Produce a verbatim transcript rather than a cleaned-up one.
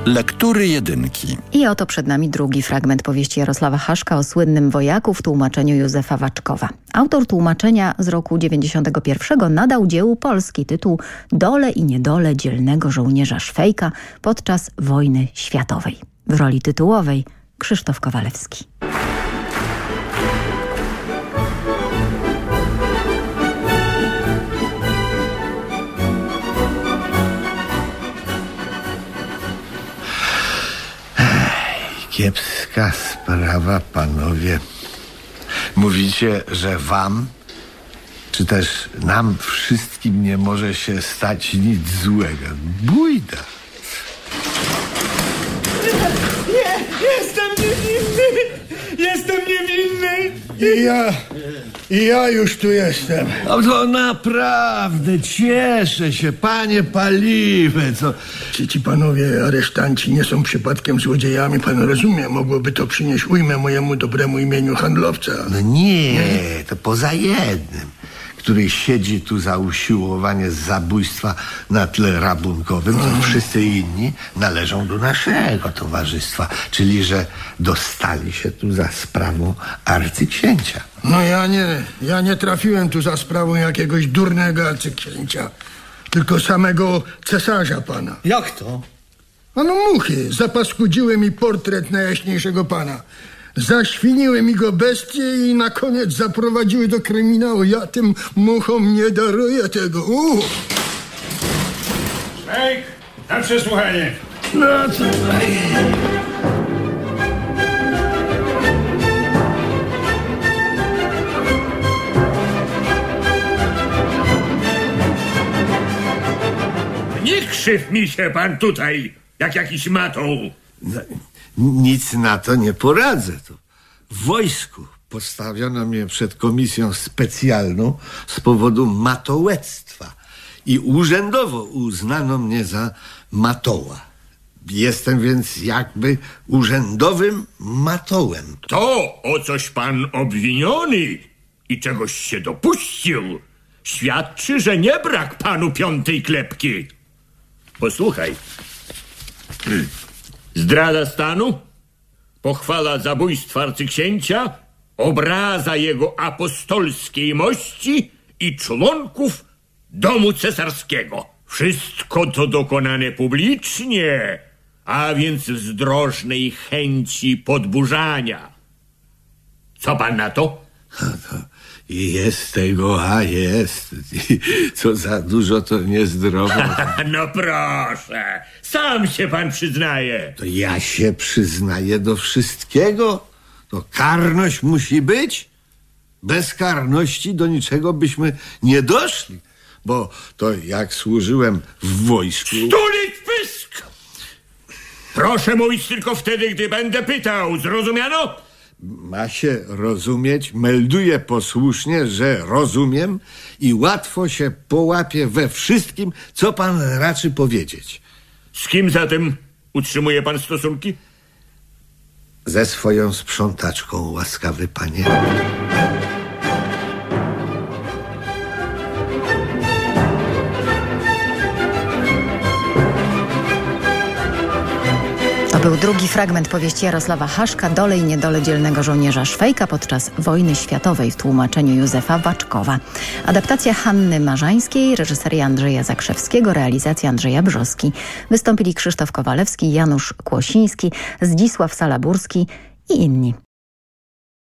Lektury jedynki. I oto przed nami drugi fragment powieści Jarosława Haszka o słynnym wojaku w tłumaczeniu Józefa Waczkowa. Autor tłumaczenia z roku dziewięćdziesiątego pierwszego nadał dziełu polski tytuł Dole i niedole dzielnego żołnierza Szwejka podczas wojny światowej. W roli tytułowej Krzysztof Kowalewski. Kiepska sprawa, panowie. Mówicie, że wam, czy też nam wszystkim nie może się stać nic złego. Bójda. Nie, jestem niewinny! Jestem niewinny! I ja, i ja już tu jestem. No to naprawdę cieszę się, panie Paliwe, co... Czy ci panowie aresztanci nie są przypadkiem złodziejami? Pan rozumie, mogłoby to przynieść ujmę mojemu dobremu imieniu handlowca. No nie, to poza jednym, który siedzi tu za usiłowanie zabójstwa na tle rabunkowym, to wszyscy inni należą do naszego towarzystwa, czyli że dostali się tu za sprawą arcyksięcia. No ja nie, ja nie trafiłem tu za sprawą jakiegoś durnego arcyksięcia, tylko samego cesarza pana. Jak to? Ano muchy, zapaskudziły mi portret najjaśniejszego pana. Zaświniły mi go bestie i na koniec zaprowadziły do kryminału. Ja tym muchom nie daruję tego. Uh. Szwejk, na przesłuchanie. No co? Nie krzyw mi się pan tutaj, jak jakiś matą. No, nic na to nie poradzę. To w wojsku postawiono mnie przed komisją specjalną z powodu matołectwa i urzędowo uznano mnie za matoła. Jestem więc jakby urzędowym matołem. To, o coś pan obwiniony i czegoś się dopuścił, świadczy, że nie brak panu piątej klepki. Posłuchaj. Zdrada stanu, pochwala zabójstwa arcyksięcia, obraza jego apostolskiej mości i członków domu cesarskiego. Wszystko to dokonane publicznie, a więc w zdrożnej chęci podburzania. Co pan na to? Jest tego, a jest. Co za dużo, to niezdrowo. No proszę, sam się pan przyznaje. To ja się przyznaję do wszystkiego. To karność musi być. Bez karności do niczego byśmy nie doszli. Bo to jak służyłem w wojsku... Stulić pysk! Proszę mówić tylko wtedy, gdy będę pytał. Zrozumiano? Ma się rozumieć, melduję posłusznie, że rozumiem i łatwo się połapie we wszystkim, co pan raczy powiedzieć. Z kim zatem utrzymuje pan stosunki? Ze swoją sprzątaczką, łaskawy panie. To był drugi fragment powieści Jarosława Haszka Dole i niedole dzielnego żołnierza Szwejka podczas wojny światowej w tłumaczeniu Józefa Waczkowa. Adaptacja Hanny Marzańskiej, reżyseria Andrzeja Zakrzewskiego, realizacja Andrzeja Brzoski. Wystąpili Krzysztof Kowalewski, Janusz Kłosiński, Zdzisław Salaburski i inni.